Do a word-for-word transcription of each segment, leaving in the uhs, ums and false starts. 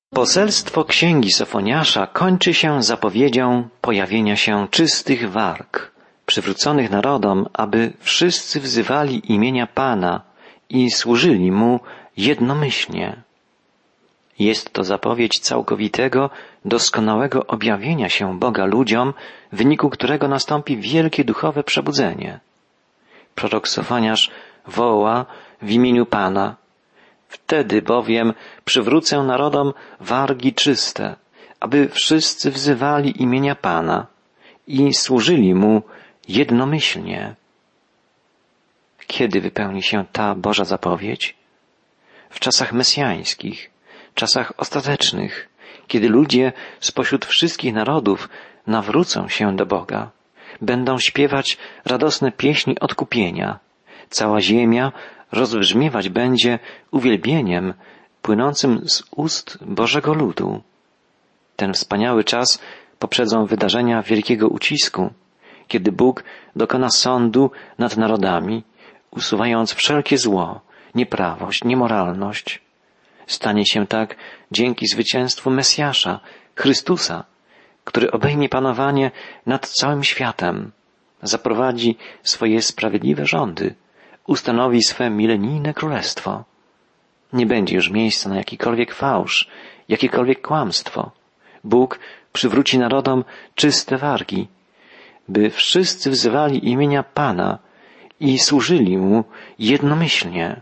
Poselstwo księgi Sofoniasza kończy się zapowiedzią pojawienia się czystych warg, przywróconych narodom, aby wszyscy wzywali imienia Pana i służyli Mu jednomyślnie. Jest to zapowiedź całkowitego, doskonałego objawienia się Boga ludziom, w wyniku którego nastąpi wielkie duchowe przebudzenie. Prorok Sofoniasz woła w imieniu Pana: wtedy bowiem przywrócę narodom wargi czyste, aby wszyscy wzywali imienia Pana i służyli Mu jednomyślnie. Kiedy wypełni się ta Boża zapowiedź? W czasach mesjańskich, czasach ostatecznych, kiedy ludzie spośród wszystkich narodów nawrócą się do Boga, będą śpiewać radosne pieśni odkupienia. Cała ziemia rozbrzmiewać będzie uwielbieniem płynącym z ust Bożego ludu. Ten wspaniały czas poprzedzą wydarzenia wielkiego ucisku, kiedy Bóg dokona sądu nad narodami, usuwając wszelkie zło, nieprawość, niemoralność. Stanie się tak dzięki zwycięstwu Mesjasza, Chrystusa, który obejmie panowanie nad całym światem, zaprowadzi swoje sprawiedliwe rządy, ustanowi swe milenijne królestwo. Nie będzie już miejsca na jakikolwiek fałsz, jakiekolwiek kłamstwo. Bóg przywróci narodom czyste wargi, by wszyscy wzywali imienia Pana i służyli Mu jednomyślnie.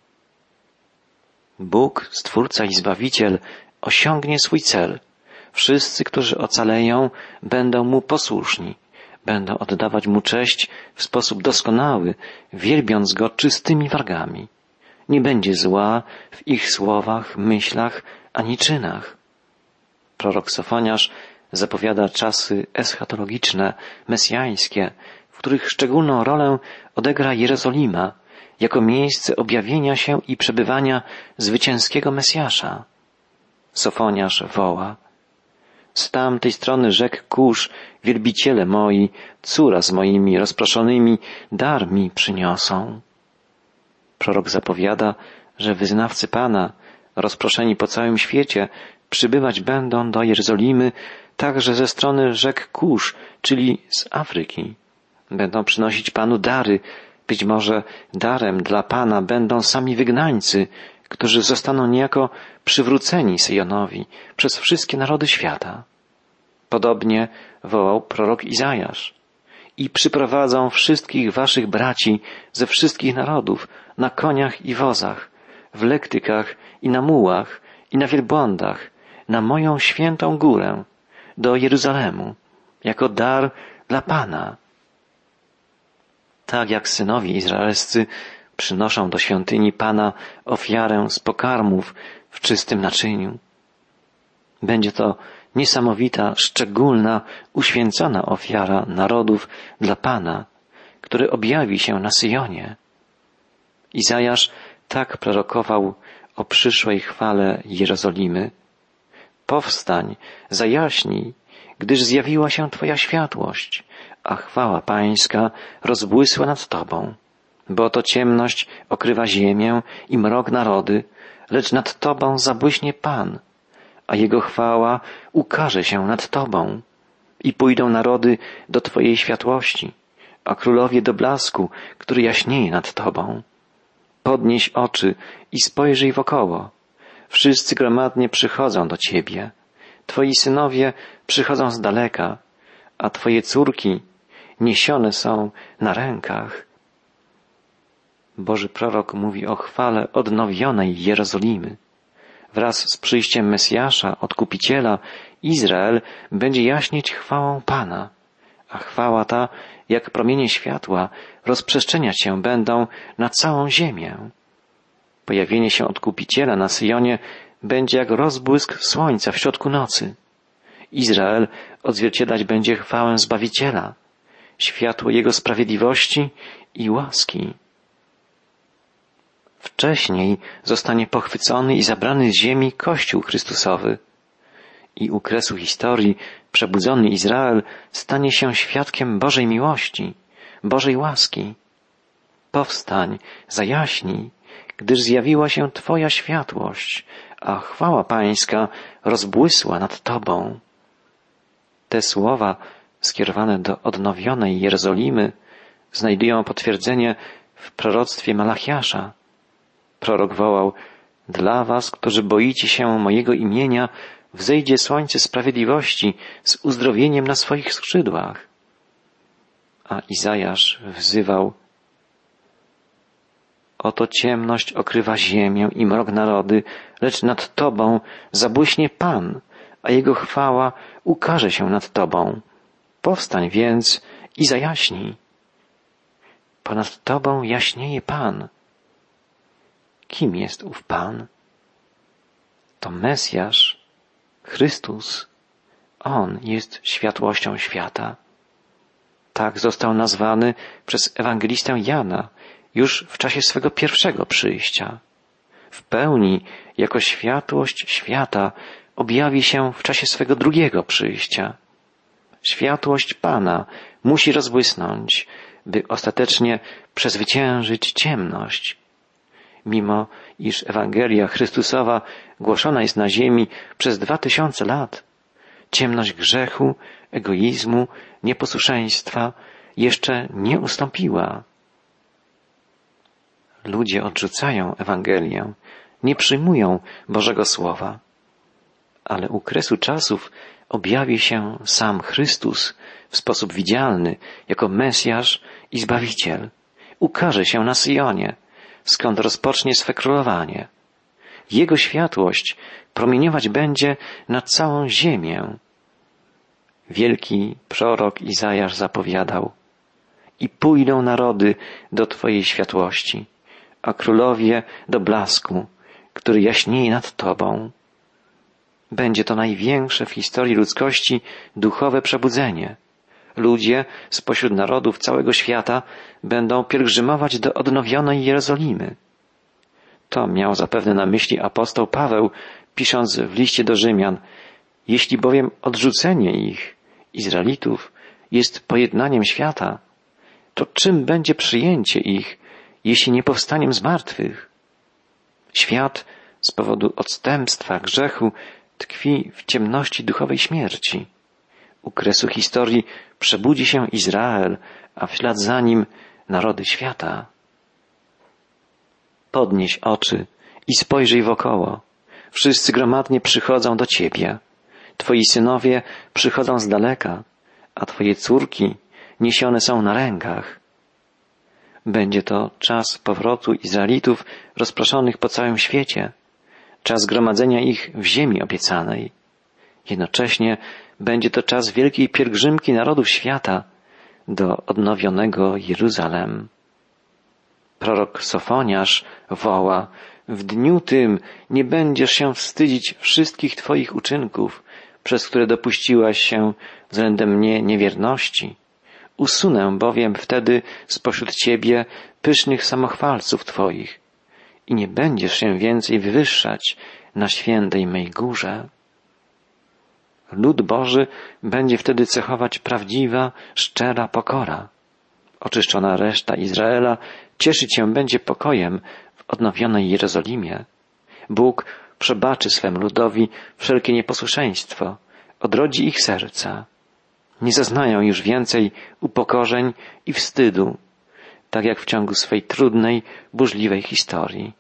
Bóg, Stwórca i Zbawiciel, osiągnie swój cel. Wszyscy, którzy ocaleją, będą Mu posłuszni, będą oddawać Mu cześć w sposób doskonały, wielbiąc Go czystymi wargami. Nie będzie zła w ich słowach, myślach ani czynach. Prorok Sofoniasz zapowiada czasy eschatologiczne, mesjańskie, w których szczególną rolę odegra Jerozolima, jako miejsce objawienia się i przebywania zwycięskiego Mesjasza. Sofoniasz woła: z tamtej strony rzek Kusz, wielbiciele moi, córa z moimi rozproszonymi, dar mi przyniosą. Prorok zapowiada, że wyznawcy Pana, rozproszeni po całym świecie, przybywać będą do Jerozolimy także ze strony rzek Kusz, czyli z Afryki. Będą przynosić Panu dary. Być może darem dla Pana będą sami wygnańcy, którzy zostaną niejako przywróceni Syjonowi przez wszystkie narody świata. Podobnie wołał prorok Izajasz: i przyprowadzą wszystkich waszych braci ze wszystkich narodów na koniach i wozach, w lektykach i na mułach i na wielbłądach, na moją świętą górę, do Jeruzalemu, jako dar dla Pana. Tak jak synowie izraelscy przynoszą do świątyni Pana ofiarę z pokarmów w czystym naczyniu. Będzie to niesamowita, szczególna, uświęcona ofiara narodów dla Pana, który objawi się na Syjonie. Izajasz tak prorokował o przyszłej chwale Jerozolimy: powstań, zajaśnij, gdyż zjawiła się Twoja światłość, a chwała Pańska rozbłysła nad Tobą. Bo oto ciemność okrywa ziemię i mrok narody, lecz nad Tobą zabłyśnie Pan, a Jego chwała ukaże się nad Tobą. I pójdą narody do Twojej światłości, a królowie do blasku, który jaśnieje nad Tobą. Podnieś oczy i spojrzyj wokoło. Wszyscy gromadnie przychodzą do Ciebie. Twoi synowie przychodzą z daleka, a Twoje córki niesione są na rękach. Boży prorok mówi o chwale odnowionej Jerozolimy. Wraz z przyjściem Mesjasza, Odkupiciela, Izrael będzie jaśnieć chwałą Pana, a chwała ta, jak promienie światła, rozprzestrzeniać się będą na całą ziemię. Pojawienie się Odkupiciela na Syjonie będzie jak rozbłysk słońca w środku nocy. Izrael odzwierciedlać będzie chwałę Zbawiciela, światło Jego sprawiedliwości i łaski. Wcześniej zostanie pochwycony i zabrany z ziemi Kościół Chrystusowy i u kresu historii przebudzony Izrael stanie się świadkiem Bożej miłości, Bożej łaski. Powstań, zajaśnij, gdyż zjawiła się Twoja światłość, a chwała Pańska rozbłysła nad Tobą. Te słowa skierowane do odnowionej Jerozolimy znajdują potwierdzenie w proroctwie Malachiasza. Prorok wołał: dla was, którzy boicie się mojego imienia, wzejdzie słońce sprawiedliwości z uzdrowieniem na swoich skrzydłach. A Izajasz wzywał: oto ciemność okrywa ziemię i mrok narody, lecz nad Tobą zabłyśnie Pan, a Jego chwała ukaże się nad Tobą. Powstań więc i zajaśnij. Ponad Tobą jaśnieje Pan. Kim jest ów Pan? To Mesjasz, Chrystus. On jest światłością świata. Tak został nazwany przez ewangelistę Jana już w czasie swego pierwszego przyjścia. W pełni jako światłość świata objawi się w czasie swego drugiego przyjścia. Światłość Pana musi rozbłysnąć, by ostatecznie przezwyciężyć ciemność. Mimo iż Ewangelia Chrystusowa głoszona jest na ziemi przez dwa tysiące lat, ciemność grzechu, egoizmu, nieposłuszeństwa jeszcze nie ustąpiła. Ludzie odrzucają Ewangelię, nie przyjmują Bożego Słowa, ale u kresu czasów objawi się sam Chrystus w sposób widzialny jako Mesjasz i Zbawiciel. Ukaże się na Syjonie, skąd rozpocznie swe królowanie. Jego światłość promieniować będzie na całą ziemię. Wielki prorok Izajasz zapowiadał: i pójdą narody do Twojej światłości, a królowie do blasku, który jaśnieje nad Tobą. Będzie to największe w historii ludzkości duchowe przebudzenie. Ludzie spośród narodów całego świata będą pielgrzymować do odnowionej Jerozolimy. To miał zapewne na myśli apostoł Paweł, pisząc w liście do Rzymian: jeśli bowiem odrzucenie ich, Izraelitów, jest pojednaniem świata, to czym będzie przyjęcie ich, jeśli nie powstaniem z martwych? Świat z powodu odstępstwa, grzechu tkwi w ciemności duchowej śmierci. U kresu historii przebudzi się Izrael, a w ślad za nim narody świata. Podnieś oczy i spojrzyj wokoło. Wszyscy gromadnie przychodzą do Ciebie. Twoi synowie przychodzą z daleka, a Twoje córki niesione są na rękach. Będzie to czas powrotu Izraelitów rozproszonych po całym świecie, czas gromadzenia ich w ziemi obiecanej. Jednocześnie będzie to czas wielkiej pielgrzymki narodów świata do odnowionego Jeruzalem. Prorok Sofoniasz woła: w dniu tym nie będziesz się wstydzić wszystkich Twoich uczynków, przez które dopuściłaś się względem mnie niewierności. Usunę bowiem wtedy spośród Ciebie pysznych samochwalców Twoich i nie będziesz się więcej wywyższać na świętej mej górze. Lud Boży będzie wtedy cechować prawdziwa, szczera pokora. Oczyszczona reszta Izraela cieszyć się będzie pokojem w odnowionej Jerozolimie. Bóg przebaczy swemu ludowi wszelkie nieposłuszeństwo, odrodzi ich serca. Nie zaznają już więcej upokorzeń i wstydu, tak jak w ciągu swej trudnej, burzliwej historii.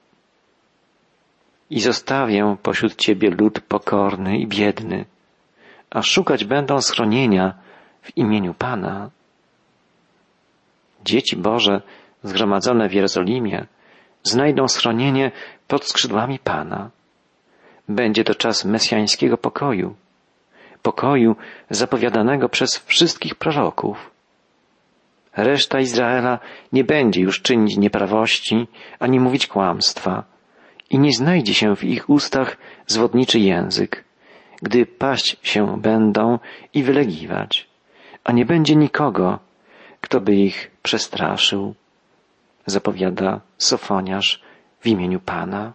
I zostawię pośród Ciebie lud pokorny i biedny, a szukać będą schronienia w imieniu Pana. Dzieci Boże zgromadzone w Jerozolimie znajdą schronienie pod skrzydłami Pana. Będzie to czas mesjańskiego pokoju, pokoju zapowiadanego przez wszystkich proroków. Reszta Izraela nie będzie już czynić nieprawości, ani mówić kłamstwa i nie znajdzie się w ich ustach zwodniczy język, gdy paść się będą i wylegiwać, a nie będzie nikogo, kto by ich przestraszył, zapowiada Sofoniasz w imieniu Pana.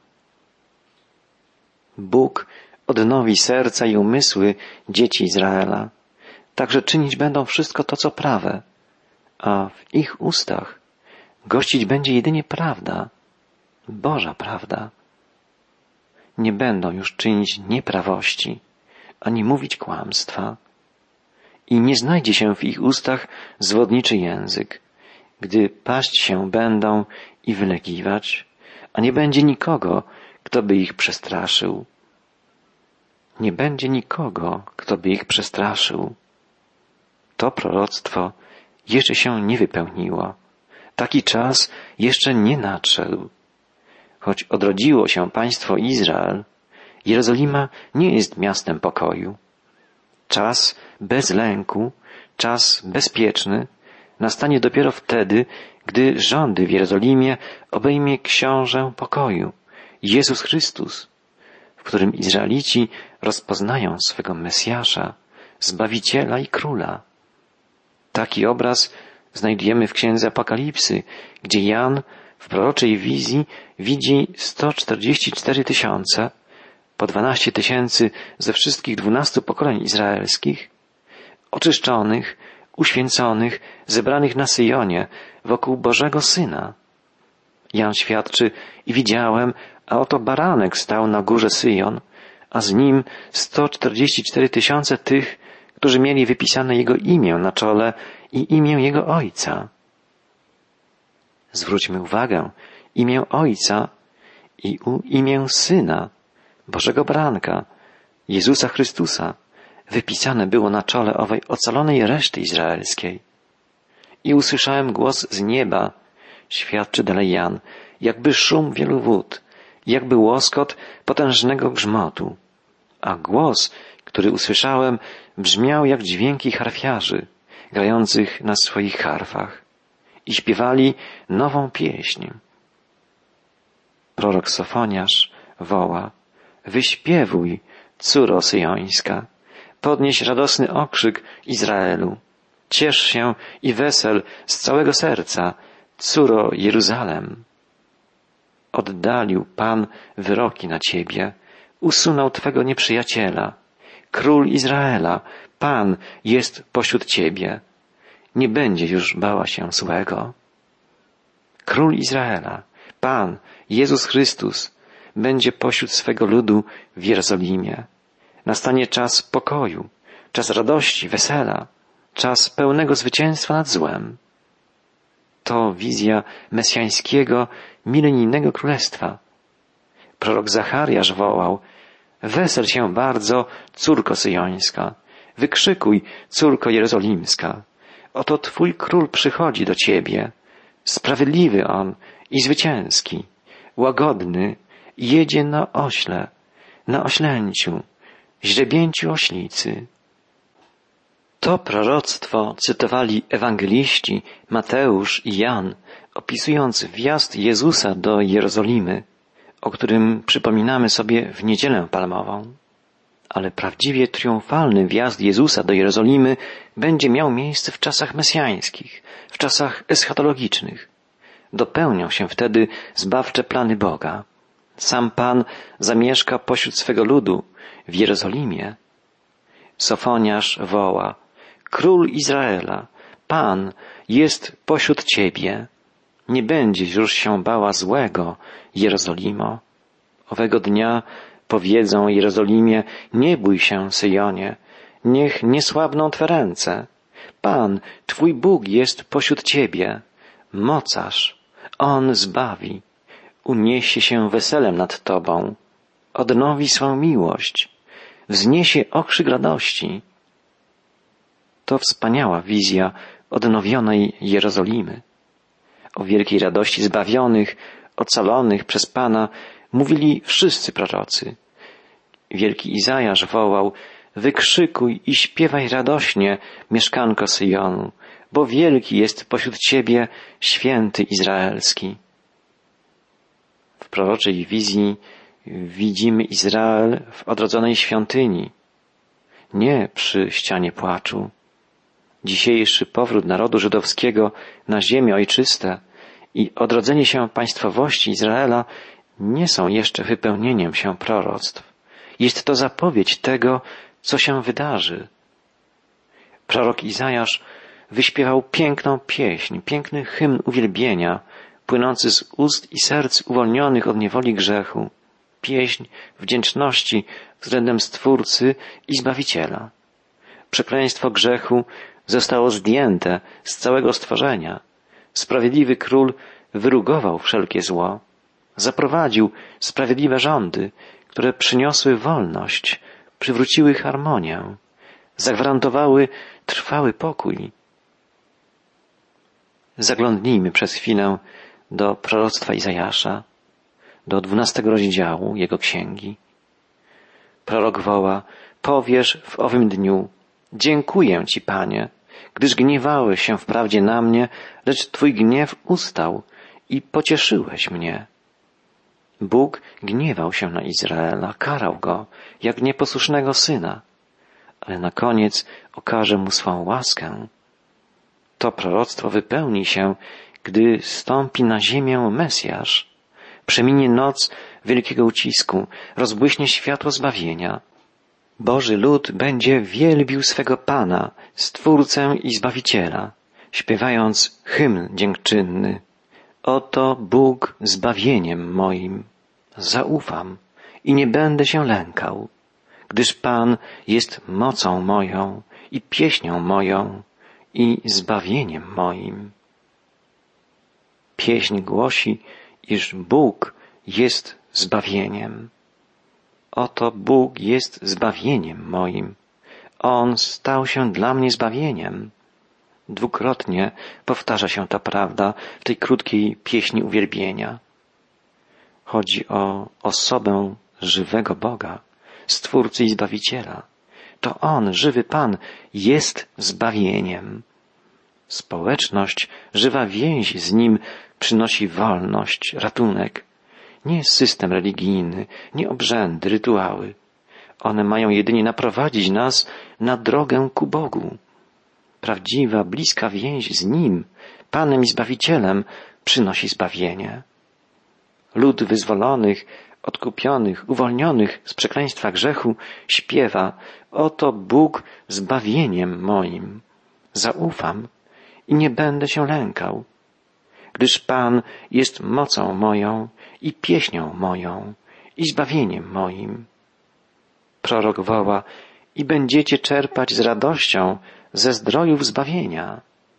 Bóg odnowi serca i umysły dzieci Izraela, także czynić będą wszystko to, co prawe, a w ich ustach gościć będzie jedynie prawda, Boża prawda. nie będą już czynić nieprawości, ani mówić kłamstwa. I nie znajdzie się w ich ustach zwodniczy język, gdy paść się będą i wylegiwać, a nie będzie nikogo, kto by ich przestraszył. Nie będzie nikogo, kto by ich przestraszył. To proroctwo jeszcze się nie wypełniło. Taki czas jeszcze nie nadszedł. Choć odrodziło się państwo Izrael, Jerozolima nie jest miastem pokoju. Czas bez lęku, czas bezpieczny nastanie dopiero wtedy, gdy rządy w Jerozolimie obejmie książę pokoju, Jezus Chrystus, w którym Izraelici rozpoznają swego Mesjasza, Zbawiciela i Króla. Taki obraz znajdujemy w Księdze Apokalipsy, gdzie Jan w proroczej wizji widzi sto czterdzieści cztery tysiące, po dwanaście tysięcy ze wszystkich dwunastu pokoleń izraelskich, oczyszczonych, uświęconych, zebranych na Syjonie wokół Bożego Syna. Jan świadczy: i widziałem, a oto baranek stał na górze Syjon, a z nim sto czterdzieści cztery tysiące tych, którzy mieli wypisane Jego imię na czole i imię Jego Ojca. Zwróćmy uwagę, imię Ojca i imię Syna, Bożego Baranka, Jezusa Chrystusa, wypisane było na czole owej ocalonej reszty izraelskiej. I usłyszałem głos z nieba, świadczy dalej Jan, jakby szum wielu wód, jakby łoskot potężnego grzmotu. A głos, który usłyszałem, brzmiał jak dźwięki harfiarzy, grających na swoich harfach, i śpiewali nową pieśń. Prorok Sofoniasz woła: wyśpiewuj, córo syjońska, podnieś radosny okrzyk Izraelu, ciesz się i wesel z całego serca, córo Jeruzalem. Oddalił Pan wyroki na ciebie, usunął twego nieprzyjaciela. Król Izraela, Pan jest pośród ciebie. Nie będzie już bała się złego. Król Izraela, Pan, Jezus Chrystus, będzie pośród swego ludu w Jerozolimie. Nastanie czas pokoju, czas radości, wesela, czas pełnego zwycięstwa nad złem. To wizja mesjańskiego, milenijnego królestwa. Prorok Zachariasz wołał: wesel się bardzo, córko syjońska, wykrzykuj, córko jerozolimska. Oto twój król przychodzi do ciebie, sprawiedliwy on i zwycięski, łagodny, jedzie na ośle, na oślęciu, źrebięciu oślicy. To proroctwo cytowali ewangeliści Mateusz i Jan, opisując wjazd Jezusa do Jerozolimy, o którym przypominamy sobie w Niedzielę Palmową. Ale prawdziwie triumfalny wjazd Jezusa do Jerozolimy będzie miał miejsce w czasach mesjańskich, w czasach eschatologicznych. Dopełnią się wtedy zbawcze plany Boga. Sam Pan zamieszka pośród swego ludu w Jerozolimie. Sofoniasz woła: Król Izraela, Pan jest pośród ciebie. Nie będziesz już się bała złego, Jerozolimo. Owego dnia powiedzą Jerozolimie: nie bój się, Syjonie, niech nie słabną twe ręce. Pan, twój Bóg jest pośród ciebie. Mocarz, On zbawi. Uniesie się weselem nad tobą. Odnowi swą miłość. Wzniesie okrzyk radości. To wspaniała wizja odnowionej Jerozolimy. O wielkiej radości zbawionych, ocalonych przez Pana mówili wszyscy prorocy. Wielki Izajasz wołał: wykrzykuj i śpiewaj radośnie, mieszkanko Syjonu, bo wielki jest pośród ciebie święty izraelski. W proroczej wizji widzimy Izrael w odrodzonej świątyni, nie przy ścianie płaczu. Dzisiejszy powrót narodu żydowskiego na ziemię ojczyste i odrodzenie się państwowości Izraela nie są jeszcze wypełnieniem się proroctw. Jest to zapowiedź tego, co się wydarzy. Prorok Izajasz wyśpiewał piękną pieśń, piękny hymn uwielbienia, płynący z ust i serc uwolnionych od niewoli grzechu. pieśń wdzięczności względem Stwórcy i Zbawiciela. Przekleństwo grzechu zostało zdjęte z całego stworzenia. Sprawiedliwy Król wyrugował wszelkie zło. Zaprowadził sprawiedliwe rządy, które przyniosły wolność, przywróciły harmonię, zagwarantowały trwały pokój. Zaglądnijmy przez chwilę do proroctwa Izajasza, do dwunastego rozdziału jego księgi. Prorok woła: powiesz w owym dniu: dziękuję Ci, Panie, gdyż gniewałeś się wprawdzie na mnie, lecz Twój gniew ustał i pocieszyłeś mnie. Bóg gniewał się na Izraela, karał go jak nieposłusznego syna, ale na koniec okaże mu swą łaskę. To proroctwo wypełni się, gdy stąpi na ziemię Mesjasz. Przeminie noc wielkiego ucisku, rozbłyśnie światło zbawienia. Boży lud będzie wielbił swego Pana, Stwórcę i Zbawiciela, śpiewając hymn dziękczynny. Oto Bóg zbawieniem moim. Zaufam i nie będę się lękał, gdyż Pan jest mocą moją i pieśnią moją i zbawieniem moim. Pieśń głosi, iż Bóg jest zbawieniem. Oto Bóg jest zbawieniem moim. On stał się dla mnie zbawieniem. Dwukrotnie powtarza się ta prawda w tej krótkiej pieśni uwielbienia. Chodzi o osobę żywego Boga, Stwórcy i Zbawiciela. To On, żywy Pan, jest zbawieniem. Społeczność, żywa więź z Nim przynosi wolność, ratunek. Nie system religijny, nie obrzędy, rytuały. One mają jedynie naprowadzić nas na drogę ku Bogu. Prawdziwa, bliska więź z Nim, Panem i Zbawicielem, przynosi zbawienie. Lud wyzwolonych, odkupionych, uwolnionych z przekleństwa grzechu śpiewa: oto Bóg zbawieniem moim. Zaufam i nie będę się lękał, gdyż Pan jest mocą moją i pieśnią moją i zbawieniem moim. Prorok woła: i będziecie czerpać z radością ze zdrojów zbawienia.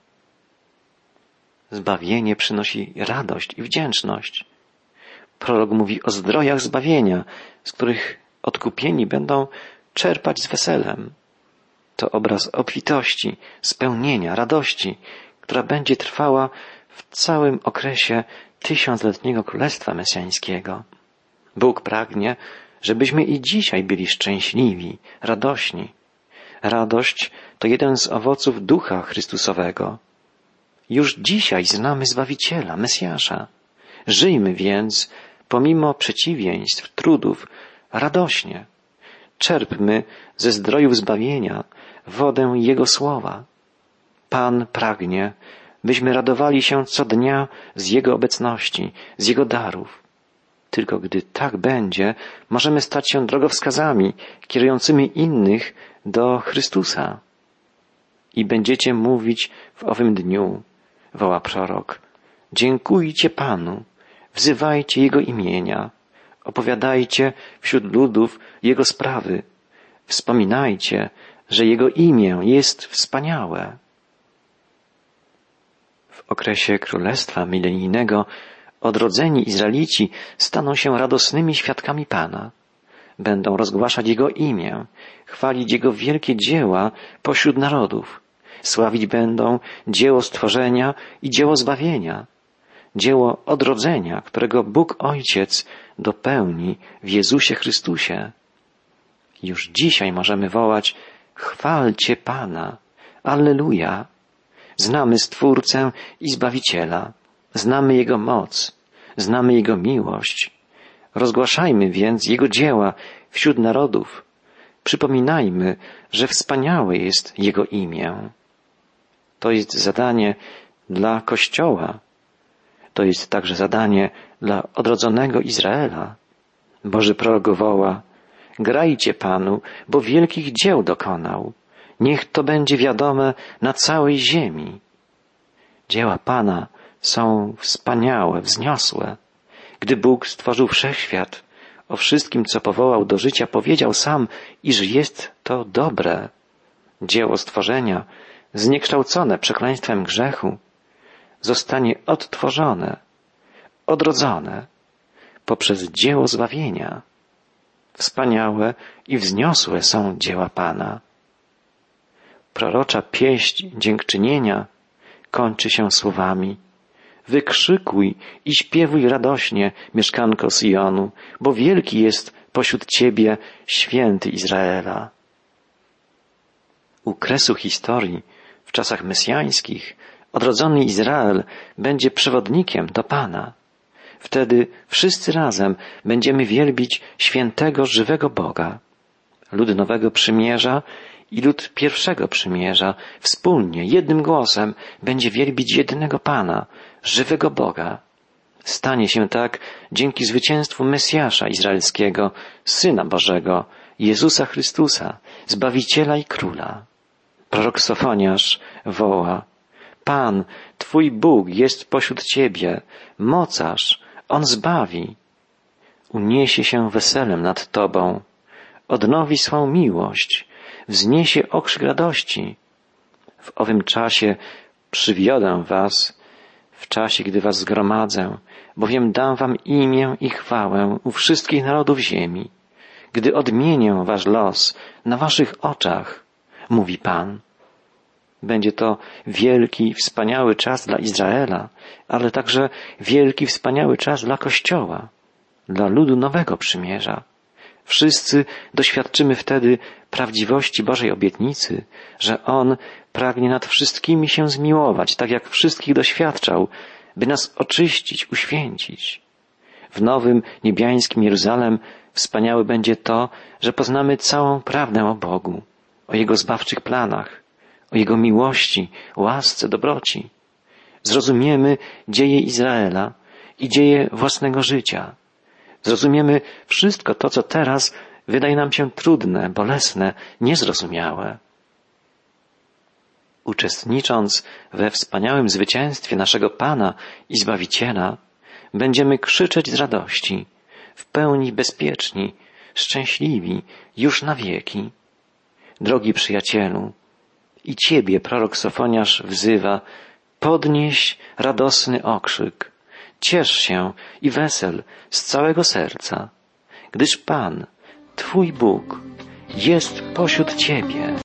Zbawienie przynosi radość i wdzięczność. Prorok mówi o zdrojach zbawienia, z których odkupieni będą czerpać z weselem. To obraz obfitości, spełnienia, radości, która będzie trwała w całym okresie tysiącletniego Królestwa Mesjańskiego. Bóg pragnie, żebyśmy i dzisiaj byli szczęśliwi, radośni. Radość to jeden z owoców Ducha Chrystusowego. Już dzisiaj znamy Zbawiciela, Mesjasza. Żyjmy więc, pomimo przeciwieństw, trudów, radośnie. Czerpmy ze zdrojów zbawienia wodę Jego słowa. Pan pragnie, byśmy radowali się co dnia z Jego obecności, z Jego darów. Tylko gdy tak będzie, możemy stać się drogowskazami kierującymi innych do Chrystusa. I będziecie mówić w owym dniu, woła prorok: dziękujcie Panu, wzywajcie Jego imienia, opowiadajcie wśród ludów Jego sprawy, wspominajcie, że Jego imię jest wspaniałe. W okresie Królestwa Milenijnego odrodzeni Izraelici staną się radosnymi świadkami Pana. Będą rozgłaszać Jego imię, chwalić Jego wielkie dzieła pośród narodów. Sławić będą dzieło stworzenia i dzieło zbawienia, dzieło odrodzenia, którego Bóg Ojciec dopełni w Jezusie Chrystusie. Już dzisiaj możemy wołać: chwalcie Pana, alleluja. Znamy Stwórcę i Zbawiciela, znamy Jego moc, znamy Jego miłość. Rozgłaszajmy więc Jego dzieła wśród narodów. Przypominajmy, że wspaniałe jest Jego imię. To jest zadanie dla Kościoła. To jest także zadanie dla odrodzonego Izraela. Boży prorok woła: grajcie Panu, bo wielkich dzieł dokonał. Niech to będzie wiadome na całej ziemi. Dzieła Pana są wspaniałe, wzniosłe. Gdy Bóg stworzył wszechświat, O wszystkim, co powołał do życia, powiedział sam, iż jest to dobre. Dzieło stworzenia, zniekształcone przekleństwem grzechu, zostanie odtworzone, odrodzone poprzez dzieło zbawienia. Wspaniałe i wzniosłe są dzieła Pana. Prorocza pieśń dziękczynienia kończy się słowami: wykrzykuj i śpiewuj radośnie, mieszkanko Syjonu, bo wielki jest pośród Ciebie święty Izraela. U kresu historii, w czasach mesjańskich, odrodzony Izrael będzie przewodnikiem do Pana. Wtedy wszyscy razem będziemy wielbić świętego, żywego Boga. Lud Nowego Przymierza i lud Pierwszego Przymierza wspólnie, jednym głosem będzie wielbić jedynego Pana, żywego Boga. Stanie się tak dzięki zwycięstwu Mesjasza Izraelskiego, Syna Bożego, Jezusa Chrystusa, Zbawiciela i Króla. Prorok Sofoniarz woła: Pan, Twój Bóg jest pośród Ciebie, mocarz, On zbawi. Uniesie się weselem nad Tobą, odnowi swą miłość, wzniesie okrzyk radości. W owym czasie przywiodę Was, w czasie, gdy Was zgromadzę, bowiem dam Wam imię i chwałę u wszystkich narodów ziemi, gdy odmienię Wasz los na Waszych oczach, mówi Pan. Będzie to wielki, wspaniały czas dla Izraela, ale także wielki, wspaniały czas dla Kościoła, dla ludu Nowego Przymierza. Wszyscy doświadczymy wtedy prawdziwości Bożej obietnicy, że On pragnie nad wszystkimi się zmiłować, tak jak wszystkich doświadczał, by nas oczyścić, uświęcić. W nowym, niebiańskim Jeruzalem wspaniałe będzie to, że poznamy całą prawdę o Bogu, o Jego zbawczych planach, o Jego miłości, łasce, dobroci. Zrozumiemy dzieje Izraela i dzieje własnego życia. Zrozumiemy wszystko to, co teraz wydaje nam się trudne, bolesne, niezrozumiałe. Uczestnicząc we wspaniałym zwycięstwie naszego Pana i Zbawiciela, będziemy krzyczeć z radości, w pełni bezpieczni, szczęśliwi, już na wieki. Drogi przyjacielu, i Ciebie prorok Sofoniarz wzywa: podnieś radosny okrzyk, ciesz się i wesel z całego serca, gdyż Pan, Twój Bóg, jest pośród Ciebie.